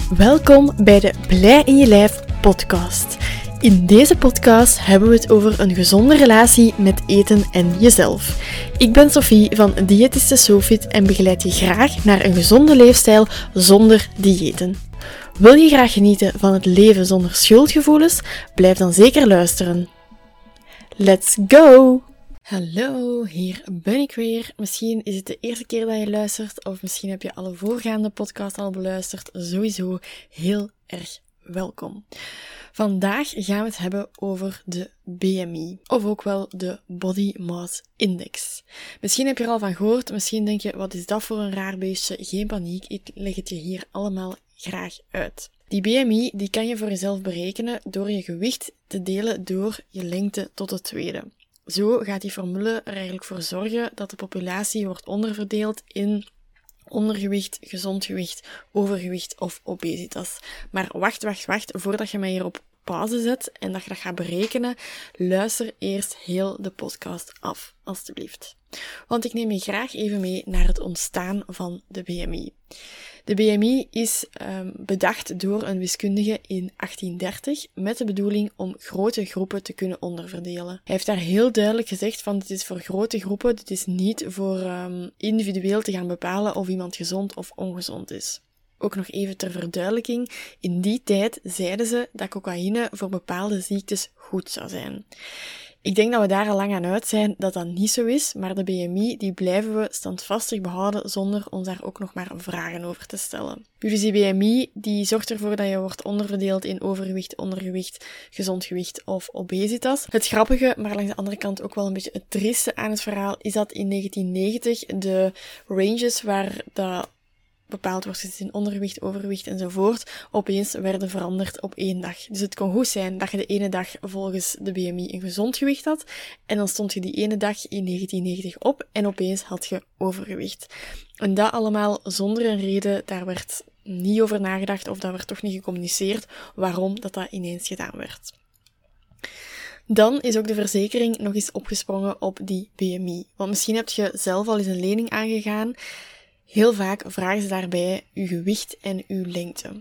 Welkom bij de Blij in je lijf podcast. In deze podcast hebben we het over een gezonde relatie met eten en jezelf. Ik ben Sophie van Diëtiste Sofit en begeleid je graag naar een gezonde leefstijl zonder diëten. Wil je graag genieten van het leven zonder schuldgevoelens? Blijf dan zeker luisteren. Let's go! Hallo, hier ben ik weer. Misschien is het de eerste keer dat je luistert, of misschien heb je alle voorgaande podcasts al beluisterd. Sowieso heel erg welkom. Vandaag gaan we het hebben over de BMI, of ook wel de Body Mass Index. Misschien heb je er al van gehoord, misschien denk je, wat is dat voor een raar beestje? Geen paniek, ik leg het je hier allemaal graag uit. Die BMI die kan je voor jezelf berekenen door je gewicht te delen door je lengte tot het tweede. Zo gaat die formule er eigenlijk voor zorgen dat de populatie wordt onderverdeeld in ondergewicht, gezond gewicht, overgewicht of obesitas. Maar wacht, voordat je mij hier op pauze zet en dat je dat gaat berekenen, luister eerst heel de podcast af, alstublieft. Want ik neem je graag even mee naar het ontstaan van de BMI. De BMI is bedacht door een wiskundige in 1830 met de bedoeling om grote groepen te kunnen onderverdelen. Hij heeft daar heel duidelijk gezegd van dit is voor grote groepen, dit is niet voor individueel te gaan bepalen of iemand gezond of ongezond is. Ook nog even ter verduidelijking, in die tijd zeiden ze dat cocaïne voor bepaalde ziektes goed zou zijn. Ik denk dat we daar al lang aan uit zijn dat dat niet zo is, maar de BMI die blijven we standvastig behouden zonder ons daar ook nog maar vragen over te stellen. Dus die BMI die zorgt ervoor dat je wordt onderverdeeld in overgewicht, ondergewicht, gezond gewicht of obesitas. Het grappige, maar langs de andere kant ook wel een beetje het trieste aan het verhaal, is dat in 1990 de ranges waar dat bepaald wordt gezet in ondergewicht, overgewicht enzovoort, opeens werden veranderd op één dag. Dus het kon goed zijn dat je de ene dag volgens de BMI een gezond gewicht had, en dan stond je die ene dag in 1990 op, en opeens had je overgewicht. En dat allemaal zonder een reden, daar werd niet over nagedacht, of dat werd toch niet gecommuniceerd, waarom dat ineens gedaan werd. Dan is ook de verzekering nog eens opgesprongen op die BMI. Want misschien heb je zelf al eens een lening aangegaan. Heel vaak vragen ze daarbij uw gewicht en uw lengte.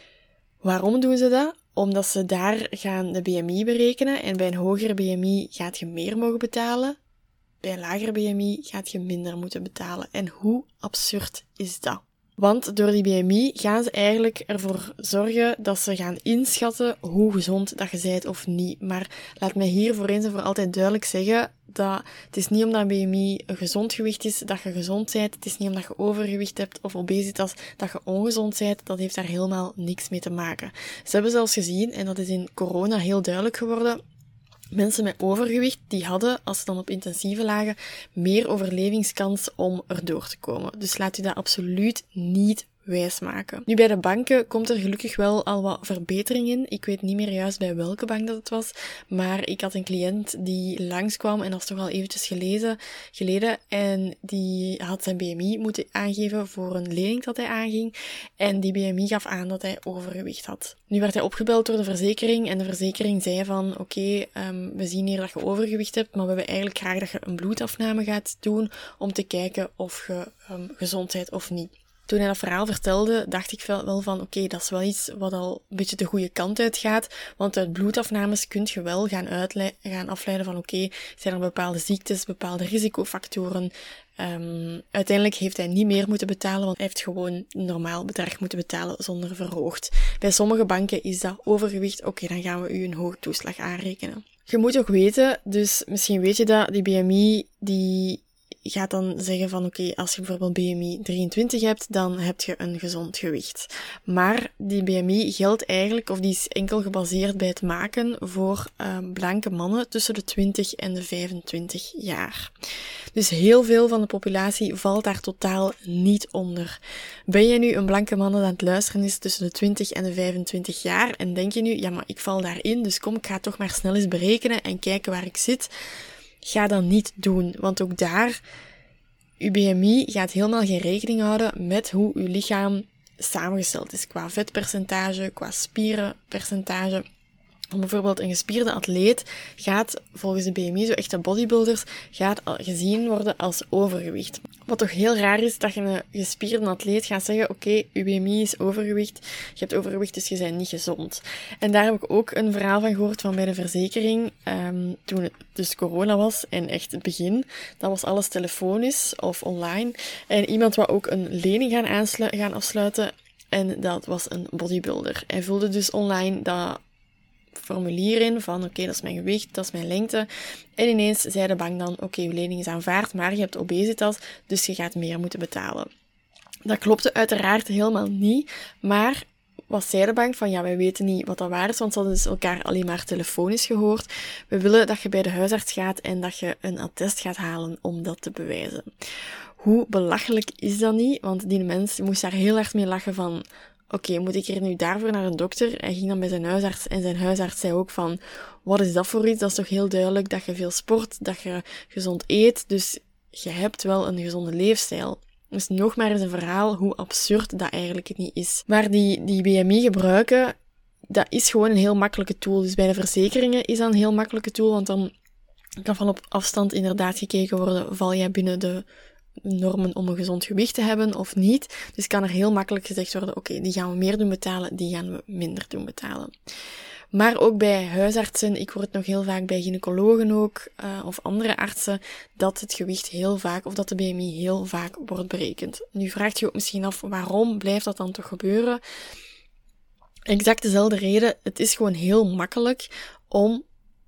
Waarom doen ze dat? Omdat ze daar gaan de BMI berekenen en bij een hogere BMI gaat je meer mogen betalen. Bij een lagere BMI gaat je minder moeten betalen. En hoe absurd is dat? Want door die BMI gaan ze eigenlijk ervoor zorgen dat ze gaan inschatten hoe gezond dat je bent of niet. Maar laat mij hier voor eens en voor altijd duidelijk zeggen dat het is niet omdat een BMI een gezond gewicht is dat je gezond bent. Het is niet omdat je overgewicht hebt of obesitas dat je ongezond bent. Dat heeft daar helemaal niks mee te maken. Ze hebben zelfs gezien, en dat is in corona heel duidelijk geworden, mensen met overgewicht, die hadden, als ze dan op intensieve lagen, meer overlevingskans om erdoor te komen. Dus laat u dat absoluut niet wijsmaken. Nu, bij de banken komt er gelukkig wel al wat verbetering in. Ik weet niet meer juist bij welke bank dat het was, maar ik had een cliënt die langskwam en dat is toch al eventjes geleden en die had zijn BMI moeten aangeven voor een lening dat hij aanging en die BMI gaf aan dat hij overgewicht had. Nu werd hij opgebeld door de verzekering en de verzekering zei van oké, we zien hier dat je overgewicht hebt, maar we willen eigenlijk graag dat je een bloedafname gaat doen om te kijken of je gezond bent of niet. Toen hij dat verhaal vertelde, dacht ik wel van oké, dat is wel iets wat al een beetje de goede kant uit gaat, want uit bloedafnames kun je wel gaan afleiden van oké, zijn er bepaalde ziektes, bepaalde risicofactoren. Uiteindelijk heeft hij niet meer moeten betalen, want hij heeft gewoon een normaal bedrag moeten betalen zonder verhoogd. Bij sommige banken is dat overgewicht, oké, dan gaan we u een hoge toeslag aanrekenen. Je moet ook weten, dus misschien weet je dat, die BMI, die gaat dan zeggen van oké, als je bijvoorbeeld BMI 23 hebt, dan heb je een gezond gewicht. Maar die BMI geldt eigenlijk, of die is enkel gebaseerd bij het maken voor blanke mannen tussen de 20 en de 25 jaar. Dus heel veel van de populatie valt daar totaal niet onder. Ben je nu een blanke man dat aan het luisteren is tussen de 20 en de 25 jaar en denk je nu, ja maar ik val daarin, dus kom, ik ga toch maar snel eens berekenen en kijken waar ik zit. Ga dat niet doen, want ook daar, uw BMI gaat helemaal geen rekening houden met hoe uw lichaam samengesteld is, qua vetpercentage, qua spierenpercentage. Bijvoorbeeld een gespierde atleet gaat volgens de BMI, zo echte bodybuilders, gaat gezien worden als overgewicht. Wat toch heel raar is, dat je een gespierde atleet gaat zeggen, oké, je BMI is overgewicht, je hebt overgewicht, dus je bent niet gezond. En daar heb ik ook een verhaal van gehoord van bij de verzekering, toen het dus corona was en echt het begin. Dat was alles telefonisch of online. En iemand wou ook een lening gaan afsluiten en dat was een bodybuilder. Hij vulde dus online dat formulier in van oké, dat is mijn gewicht, dat is mijn lengte. En ineens zei de bank dan, oké, je lening is aanvaard, maar je hebt obesitas, dus je gaat meer moeten betalen. Dat klopte uiteraard helemaal niet, maar wat zei de bank? Van ja, wij weten niet wat dat waar is, want ze hadden dus elkaar alleen maar telefonisch gehoord. We willen dat je bij de huisarts gaat en dat je een attest gaat halen om dat te bewijzen. Hoe belachelijk is dat niet? Want die mens moest daar heel hard mee lachen van oké, moet ik hier nu daarvoor naar een dokter? Hij ging dan bij zijn huisarts en zijn huisarts zei ook van, wat is dat voor iets? Dat is toch heel duidelijk dat je veel sport, dat je gezond eet, dus je hebt wel een gezonde leefstijl. Dus nog maar eens een verhaal hoe absurd dat eigenlijk niet is. Maar die BMI gebruiken, dat is gewoon een heel makkelijke tool. Dus bij de verzekeringen is dat een heel makkelijke tool, want dan kan van op afstand inderdaad gekeken worden, val jij binnen de normen om een gezond gewicht te hebben of niet. Dus kan er heel makkelijk gezegd worden, oké, die gaan we meer doen betalen, die gaan we minder doen betalen. Maar ook bij huisartsen, ik hoor het nog heel vaak bij gynaecologen ook, of andere artsen, dat het gewicht heel vaak, of dat de BMI heel vaak wordt berekend. Nu vraagt je ook misschien af, waarom blijft dat dan toch gebeuren? Exact dezelfde reden, het is gewoon heel makkelijk om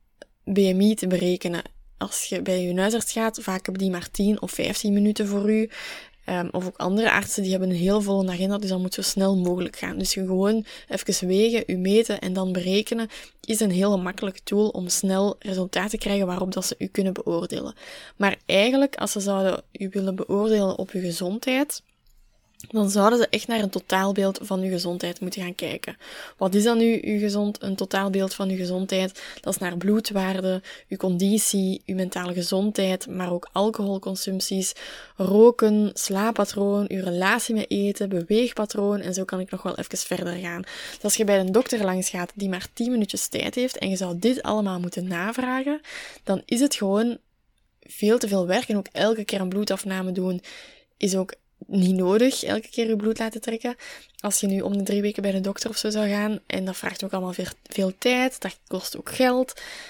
BMI te berekenen. Als je bij je huisarts gaat, vaak hebben die maar 10 of 15 minuten voor u. Of ook andere artsen, die hebben een heel volle agenda, dus dat moet zo snel mogelijk gaan. Dus je gewoon even wegen, je meten en dan berekenen, is een hele makkelijke tool om snel resultaten te krijgen waarop dat ze u kunnen beoordelen. Maar eigenlijk, als ze zouden u willen beoordelen op uw gezondheid, dan zouden ze echt naar een totaalbeeld van uw gezondheid moeten gaan kijken. Wat is dan nu een totaalbeeld van uw gezondheid? Dat is naar bloedwaarde, uw conditie, uw mentale gezondheid, maar ook alcoholconsumpties, roken, slaappatroon, uw relatie met eten, beweegpatroon, en zo kan ik nog wel even verder gaan. Dus als je bij een dokter langs gaat die maar 10 minuutjes tijd heeft en je zou dit allemaal moeten navragen, dan is het gewoon veel te veel werk. En ook elke keer een bloedafname doen is ook niet nodig, elke keer je bloed laten trekken. Als je nu om de 3 weken bij de dokter of zo zou gaan, en dat vraagt ook allemaal veel tijd, dat kost ook geld.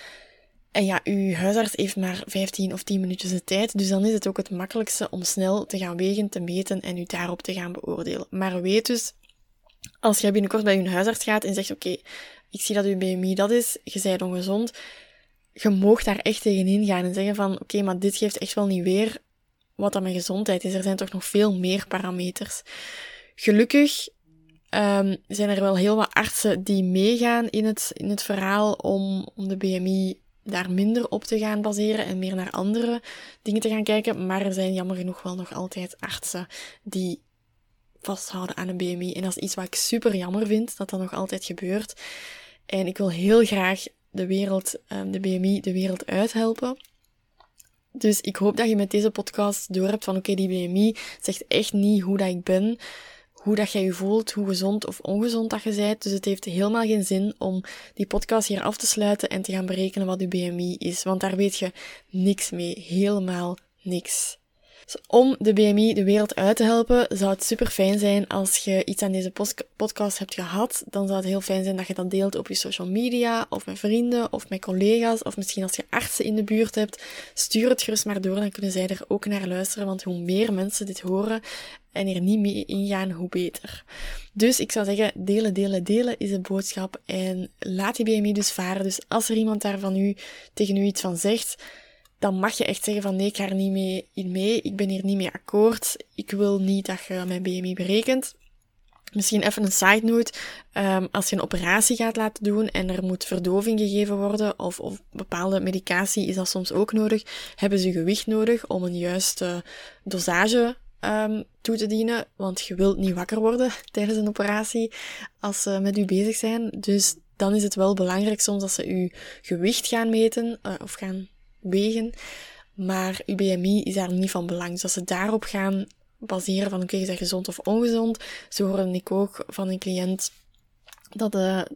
En ja, uw huisarts heeft maar 15 of 10 minuutjes de tijd, dus dan is het ook het makkelijkste om snel te gaan wegen, te meten en u daarop te gaan beoordelen. Maar weet dus, als jij binnenkort bij uw huisarts gaat en zegt, oké, ik zie dat uw BMI dat is, je bent ongezond, je mag daar echt tegenin gaan en zeggen van, oké, maar dit geeft echt wel niet weer wat dan mijn gezondheid is. Er zijn toch nog veel meer parameters. Gelukkig zijn er wel heel wat artsen die meegaan in het verhaal om de BMI daar minder op te gaan baseren en meer naar andere dingen te gaan kijken. Maar er zijn jammer genoeg wel nog altijd artsen die vasthouden aan een BMI. En dat is iets wat ik super jammer vind, dat nog altijd gebeurt. En ik wil heel graag de BMI de wereld uithelpen. Dus ik hoop dat je met deze podcast doorhebt van oké, die BMI zegt echt niet hoe dat ik ben, hoe dat jij je voelt, hoe gezond of ongezond dat je bent. Dus het heeft helemaal geen zin om die podcast hier af te sluiten en te gaan berekenen wat je BMI is. Want daar weet je niks mee. Helemaal niks. Dus om de BMI de wereld uit te helpen, zou het super fijn zijn als je iets aan deze podcast hebt gehad. Dan zou het heel fijn zijn dat je dat deelt op je social media, of met vrienden, of met collega's, of misschien als je artsen in de buurt hebt. Stuur het gerust maar door, dan kunnen zij er ook naar luisteren, want hoe meer mensen dit horen en er niet mee ingaan, hoe beter. Dus ik zou zeggen, delen is een boodschap en laat die BMI dus varen. Dus als er iemand daar tegen u iets van zegt, dan mag je echt zeggen van nee, ik ga er niet mee, ik ben hier niet mee akkoord, ik wil niet dat je mijn BMI berekent. Misschien even een side note, als je een operatie gaat laten doen en er moet verdoving gegeven worden, of bepaalde medicatie is dat soms ook nodig, hebben ze gewicht nodig om een juiste dosage toe te dienen, want je wilt niet wakker worden tijdens een operatie als ze met u bezig zijn. Dus dan is het wel belangrijk soms dat ze uw gewicht gaan meten, of gaan wegen, maar uw BMI is daar niet van belang. Dus als ze daarop gaan baseren van oké, je bent gezond of ongezond, zo hoorde ik ook van een cliënt dat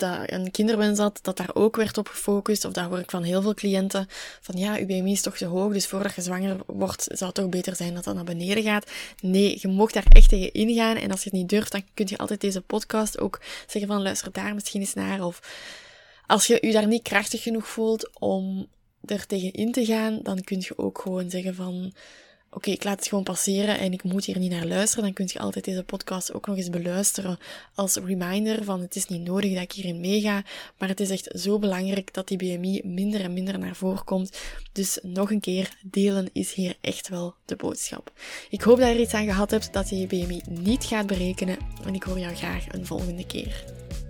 dat een kinderwens had, dat daar ook werd op gefocust. Of dat hoor ik van heel veel cliënten. Van ja, uw BMI is toch te hoog, dus voordat je zwanger wordt, zou het toch beter zijn dat dat naar beneden gaat. Nee, je mag daar echt tegen ingaan. En als je het niet durft, dan kun je altijd deze podcast ook zeggen van luister daar misschien eens naar. Of als je je daar niet krachtig genoeg voelt om er tegen in te gaan, dan kun je ook gewoon zeggen van oké, ik laat het gewoon passeren en ik moet hier niet naar luisteren. Dan kun je altijd deze podcast ook nog eens beluisteren als reminder van het is niet nodig dat ik hierin meega, maar het is echt zo belangrijk dat die BMI minder en minder naar voren komt. Dus nog een keer, delen is hier echt wel de boodschap. Ik hoop dat je er iets aan gehad hebt, dat je je BMI niet gaat berekenen en ik hoor jou graag een volgende keer.